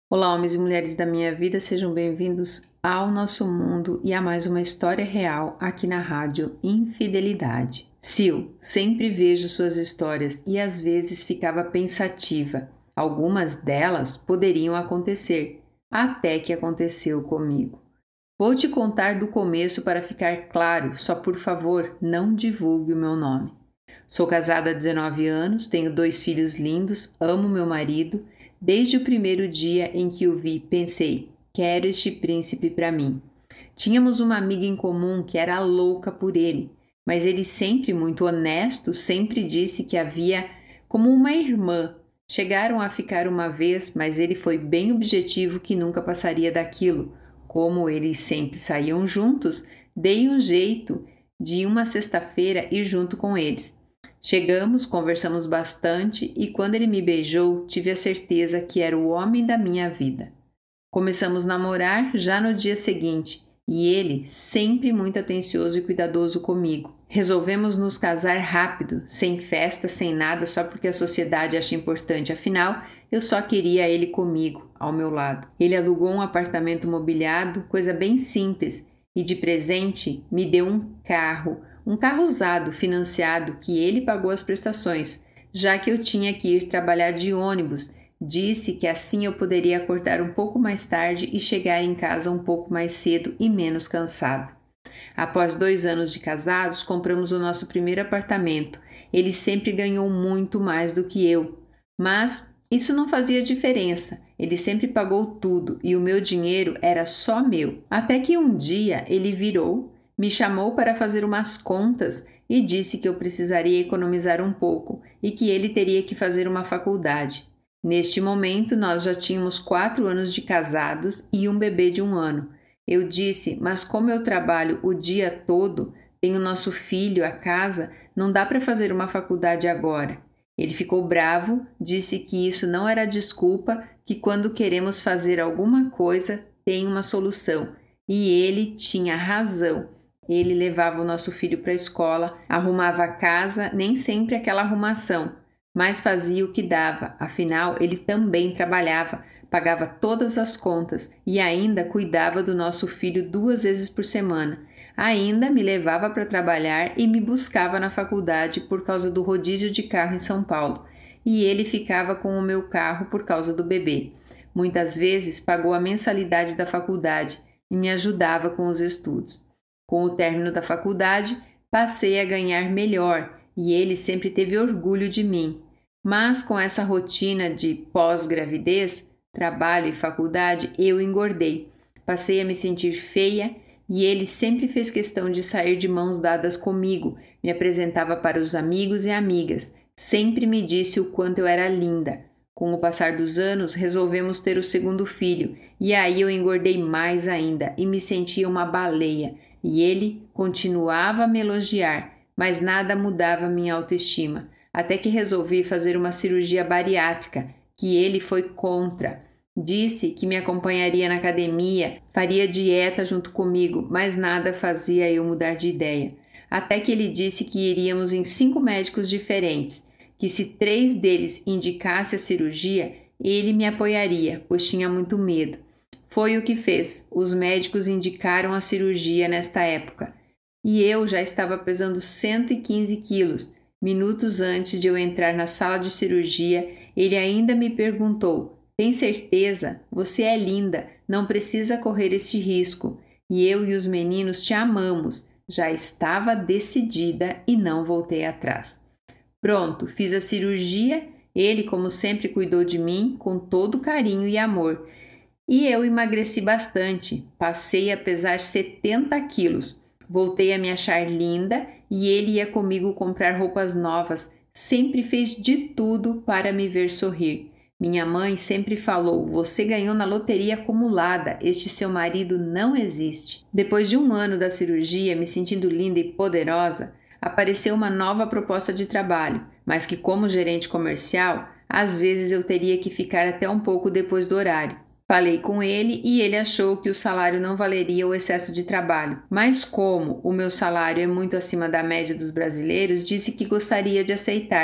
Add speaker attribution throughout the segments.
Speaker 1: Olá, homens e mulheres da minha vida, sejam bem-vindos ao nosso mundo e a mais uma história real aqui na rádio Infidelidade. Sil, sempre vejo suas histórias e às vezes ficava pensativa. Algumas delas poderiam acontecer, até que aconteceu comigo. Vou te contar do começo para ficar claro, só por favor, não divulgue o meu nome. Sou casada há 19 anos, tenho 2 filhos lindos, amo meu marido. Desde o primeiro dia em que o vi, pensei, quero este príncipe para mim. Tínhamos uma amiga em comum que era louca por ele, mas ele sempre muito honesto, sempre disse que havia como uma irmã. Chegaram a ficar uma vez, mas ele foi bem objetivo que nunca passaria daquilo. Como eles sempre saíam juntos, dei um jeito de uma sexta-feira ir junto com eles. Chegamos, conversamos bastante e quando ele me beijou, tive a certeza que era o homem da minha vida. Começamos a namorar já no dia seguinte e ele sempre muito atencioso e cuidadoso comigo. Resolvemos nos casar rápido, sem festa, sem nada, só porque a sociedade acha importante. Afinal, eu só queria ele comigo, ao meu lado. Ele alugou um apartamento mobiliado, coisa bem simples, e de presente me deu um carro usado, financiado, que ele pagou as prestações, já que eu tinha que ir trabalhar de ônibus. Disse que assim eu poderia acordar um pouco mais tarde e chegar em casa um pouco mais cedo e menos cansada. Após 2 anos de casados, compramos o nosso primeiro apartamento. Ele sempre ganhou muito mais do que eu, mas isso não fazia diferença. Ele sempre pagou tudo e o meu dinheiro era só meu. Até que um dia ele virou, me chamou para fazer umas contas e disse que eu precisaria economizar um pouco e que ele teria que fazer uma faculdade. Neste momento, nós já tínhamos 4 anos de casados e um bebê de 1 ano. Eu disse, mas como eu trabalho o dia todo, tenho nosso filho, a casa, não dá para fazer uma faculdade agora. Ele ficou bravo, disse que isso não era desculpa, que quando queremos fazer alguma coisa, tem uma solução. E ele tinha razão. Ele levava o nosso filho para a escola, arrumava a casa, nem sempre aquela arrumação, mas fazia o que dava, afinal ele também trabalhava, pagava todas as contas e ainda cuidava do nosso filho 2 vezes por semana. Ainda me levava para trabalhar e me buscava na faculdade por causa do rodízio de carro em São Paulo, e ele ficava com o meu carro por causa do bebê. Muitas vezes pagou a mensalidade da faculdade e me ajudava com os estudos. Com o término da faculdade, passei a ganhar melhor e ele sempre teve orgulho de mim. Mas com essa rotina de pós-gravidez, trabalho e faculdade, eu engordei. Passei a me sentir feia e ele sempre fez questão de sair de mãos dadas comigo, me apresentava para os amigos e amigas, sempre me disse o quanto eu era linda. Com o passar dos anos, resolvemos ter o segundo filho e aí eu engordei mais ainda e me sentia uma baleia. E ele continuava a me elogiar, mas nada mudava minha autoestima, até que resolvi fazer uma cirurgia bariátrica, que ele foi contra. Disse que me acompanharia na academia, faria dieta junto comigo, mas nada fazia eu mudar de ideia. Até que ele disse que iríamos em 5 médicos diferentes, que se 3 deles indicasse a cirurgia, ele me apoiaria, pois tinha muito medo. Foi o que fez. Os médicos indicaram a cirurgia nesta época. E eu já estava pesando 115 quilos. Minutos antes de eu entrar na sala de cirurgia, ele ainda me perguntou: tem certeza? Você é linda, não precisa correr este risco. E eu e os meninos te amamos. Já estava decidida e não voltei atrás. Pronto, fiz a cirurgia. Ele, como sempre, cuidou de mim com todo carinho e amor. E eu emagreci bastante, passei a pesar 70 quilos. Voltei a me achar linda e ele ia comigo comprar roupas novas, sempre fez de tudo para me ver sorrir. Minha mãe sempre falou, você ganhou na loteria acumulada, este seu marido não existe. Depois de 1 ano da cirurgia, me sentindo linda e poderosa, apareceu uma nova proposta de trabalho, mas que como gerente comercial, às vezes eu teria que ficar até um pouco depois do horário. Falei com ele e ele achou que o salário não valeria o excesso de trabalho, mas como o meu salário é muito acima da média dos brasileiros, disse que gostaria de aceitar.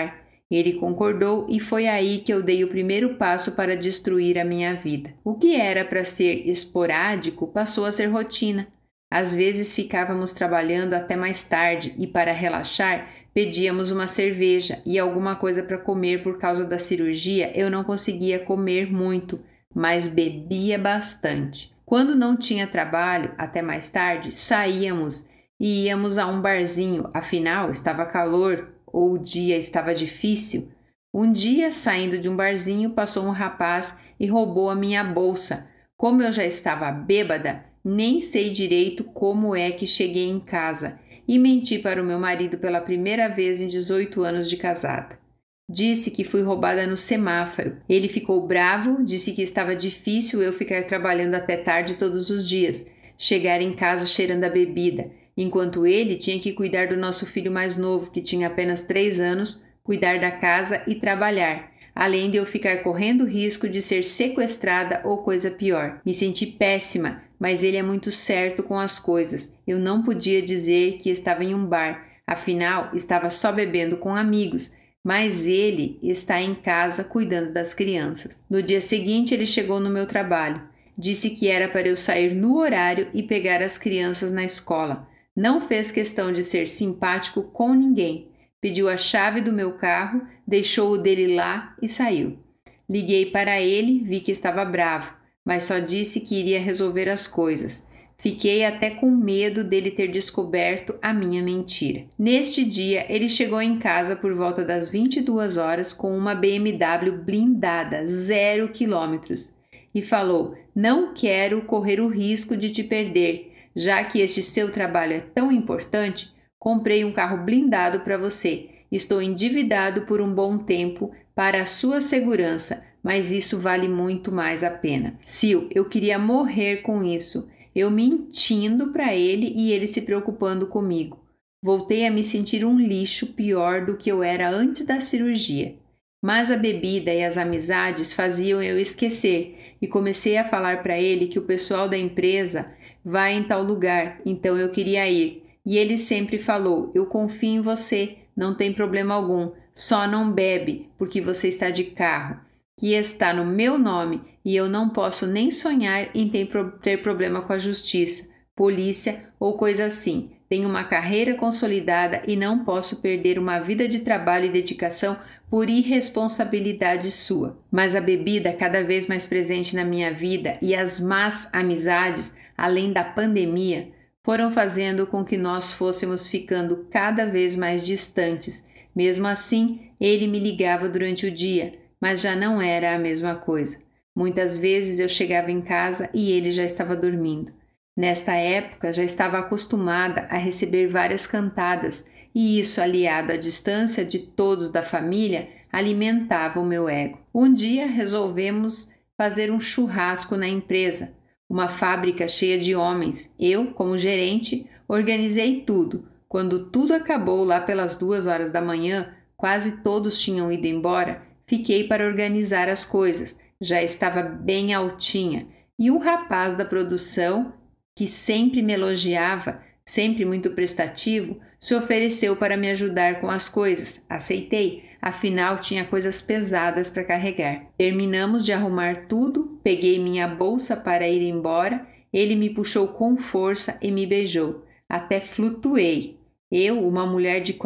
Speaker 1: Ele concordou e foi aí que eu dei o primeiro passo para destruir a minha vida. O que era para ser esporádico passou a ser rotina. Às vezes ficávamos trabalhando até mais tarde e, para relaxar, pedíamos uma cerveja e alguma coisa para comer. Por causa da cirurgia, eu não conseguia comer muito, mas bebia bastante. Quando não tinha trabalho, até mais tarde, saíamos e íamos a um barzinho, afinal estava calor ou o dia estava difícil. Um dia, saindo de um barzinho, passou um rapaz e roubou a minha bolsa. Como eu já estava bêbada, nem sei direito como é que cheguei em casa e menti para o meu marido pela primeira vez em 18 anos de casada. Disse que fui roubada no semáforo. Ele ficou bravo, disse que estava difícil eu ficar trabalhando até tarde todos os dias, chegar em casa cheirando a bebida, enquanto ele tinha que cuidar do nosso filho mais novo, que tinha apenas 3 anos, cuidar da casa e trabalhar, além de eu ficar correndo risco de ser sequestrada ou coisa pior. Me senti péssima, mas ele é muito certo com as coisas. Eu não podia dizer que estava em um bar, afinal estava só bebendo com amigos, mas ele está em casa cuidando das crianças. No dia seguinte ele chegou no meu trabalho. Disse que era para eu sair no horário e pegar as crianças na escola. Não fez questão de ser simpático com ninguém. Pediu a chave do meu carro, deixou o dele lá e saiu. Liguei para ele, vi que estava bravo, mas só disse que iria resolver as coisas. Fiquei até com medo dele ter descoberto a minha mentira. Neste dia, ele chegou em casa por volta das 22 horas com uma BMW blindada, 0 quilômetros, e falou: "Não quero correr o risco de te perder. Já que este seu trabalho é tão importante, comprei um carro blindado para você. Estou endividado por um bom tempo para a sua segurança, mas isso vale muito mais a pena." Sil, eu queria morrer com isso. Eu mentindo para ele e ele se preocupando comigo. Voltei a me sentir um lixo pior do que eu era antes da cirurgia. Mas a bebida e as amizades faziam eu esquecer e comecei a falar para ele que o pessoal da empresa vai em tal lugar, então eu queria ir. E ele sempre falou: "Eu confio em você, não tem problema algum, só não bebe, porque você está de carro, que está no meu nome e eu não posso nem sonhar em ter problema com a justiça, polícia ou coisa assim. Tenho uma carreira consolidada e não posso perder uma vida de trabalho e dedicação por irresponsabilidade sua." Mas a bebida cada vez mais presente na minha vida e as más amizades, além da pandemia, foram fazendo com que nós fôssemos ficando cada vez mais distantes. Mesmo assim, ele me ligava durante o dia, mas já não era a mesma coisa. Muitas vezes eu chegava em casa e ele já estava dormindo. Nesta época, já estava acostumada a receber várias cantadas, e isso, aliado à distância de todos da família, alimentava o meu ego. Um dia resolvemos fazer um churrasco na empresa, uma fábrica cheia de homens. Eu, como gerente, organizei tudo. Quando tudo acabou lá pelas 2 horas da manhã, quase todos tinham ido embora, fiquei para organizar as coisas. Já estava bem altinha. E um rapaz da produção, que sempre me elogiava, sempre muito prestativo, se ofereceu para me ajudar com as coisas. Aceitei, afinal tinha coisas pesadas para carregar. Terminamos de arrumar tudo, peguei minha bolsa para ir embora, ele me puxou com força e me beijou. Até flutuei. Eu, uma mulher de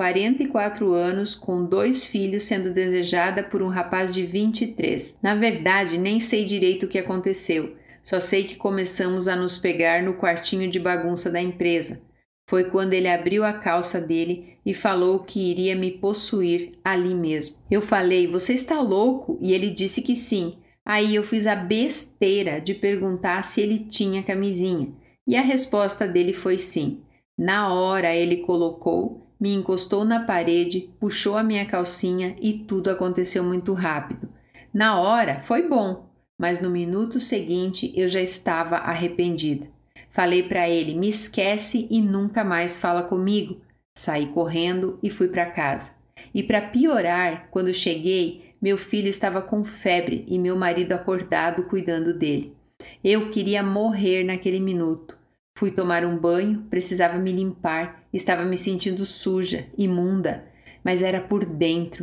Speaker 1: 44 anos, com 2 filhos, sendo desejada por um rapaz de 23. Na verdade, nem sei direito o que aconteceu. Só sei que começamos a nos pegar no quartinho de bagunça da empresa. Foi quando ele abriu a calça dele e falou que iria me possuir ali mesmo. Eu falei: "Você está louco?" E ele disse que sim. Aí eu fiz a besteira de perguntar se ele tinha camisinha. E a resposta dele foi sim. Na hora ele colocou, me encostou na parede, puxou a minha calcinha e tudo aconteceu muito rápido. Na hora foi bom, mas no minuto seguinte eu já estava arrependida. Falei para ele: "Me esquece e nunca mais fala comigo." Saí correndo e fui para casa. E para piorar, quando cheguei, meu filho estava com febre e meu marido acordado cuidando dele. Eu queria morrer naquele minuto. Fui tomar um banho, precisava me limpar, estava me sentindo suja, imunda, mas era por dentro.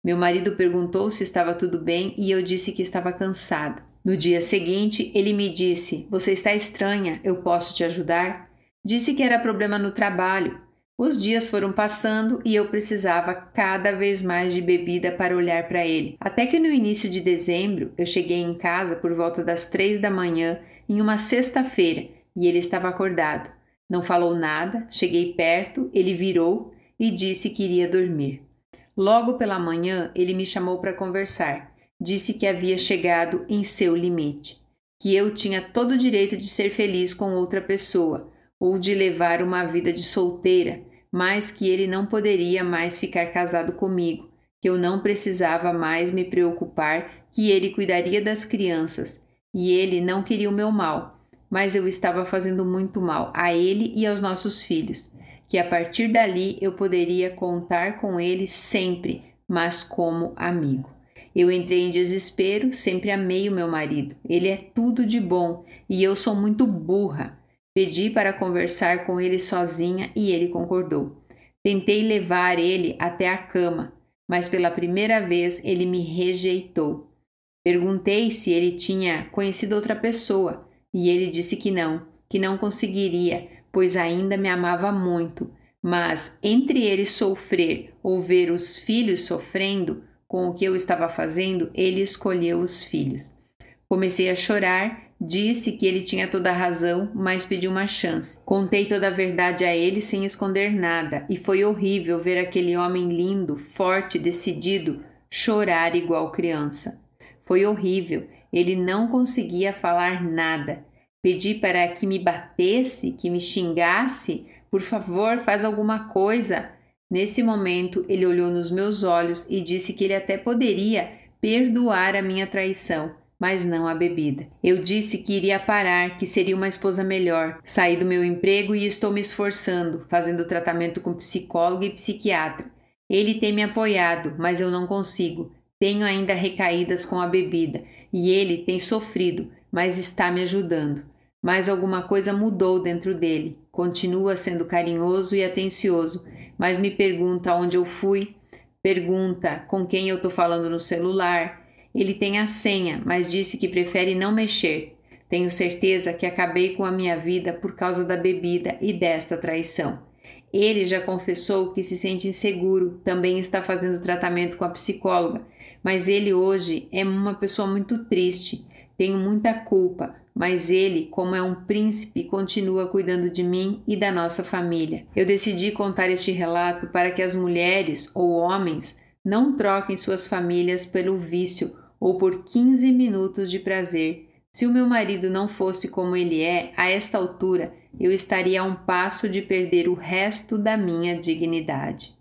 Speaker 1: Meu marido perguntou se estava tudo bem e eu disse que estava cansada. No dia seguinte, ele me disse: Você está estranha, eu posso te ajudar? Disse que era problema no trabalho. Os dias foram passando e eu precisava cada vez mais de bebida para olhar para ele. Até que no início de dezembro, eu cheguei em casa por volta das 3 da manhã, em uma sexta-feira, e ele estava acordado. Não falou nada, cheguei perto, ele virou e disse que iria dormir. Logo pela manhã, ele me chamou para conversar. Disse que havia chegado em seu limite, que eu tinha todo o direito de ser feliz com outra pessoa ou de levar uma vida de solteira, mas que ele não poderia mais ficar casado comigo, que eu não precisava mais me preocupar, que ele cuidaria das crianças e ele não queria o meu mal, mas eu estava fazendo muito mal a ele e aos nossos filhos, que a partir dali eu poderia contar com ele sempre, mas como amigo. Eu entrei em desespero, sempre amei o meu marido. Ele é tudo de bom e eu sou muito burra. Pedi para conversar com ele sozinha e ele concordou. Tentei levar ele até a cama, mas pela primeira vez ele me rejeitou. Perguntei se ele tinha conhecido outra pessoa e ele disse que não conseguiria, pois ainda me amava muito. Mas entre ele sofrer ou ver os filhos sofrendo, com o que eu estava fazendo, ele escolheu os filhos. Comecei a chorar, disse que ele tinha toda a razão, mas pedi uma chance. Contei toda a verdade a ele sem esconder nada, e foi horrível ver aquele homem lindo, forte, decidido, chorar igual criança. Foi horrível, ele não conseguia falar nada. Pedi para que me batesse, que me xingasse. Por favor, faz alguma coisa. Nesse momento, ele olhou nos meus olhos e disse que ele até poderia perdoar a minha traição, mas não a bebida. Eu disse que iria parar, que seria uma esposa melhor. Saí do meu emprego e estou me esforçando, fazendo tratamento com psicólogo e psiquiatra. Ele tem me apoiado, mas eu não consigo. Tenho ainda recaídas com a bebida e ele tem sofrido, mas está me ajudando. Mas alguma coisa mudou dentro dele. Continua sendo carinhoso e atencioso, mas me pergunta onde eu fui, pergunta com quem eu estou falando no celular. Ele tem a senha, mas disse que prefere não mexer. Tenho certeza que acabei com a minha vida por causa da bebida e desta traição. Ele já confessou que se sente inseguro, também está fazendo tratamento com a psicóloga, mas ele hoje é uma pessoa muito triste. Tenho muita culpa, mas ele, como é um príncipe, continua cuidando de mim e da nossa família. Eu decidi contar este relato para que as mulheres ou homens não troquem suas famílias pelo vício ou por 15 minutos de prazer. Se o meu marido não fosse como ele é, a esta altura, eu estaria a um passo de perder o resto da minha dignidade.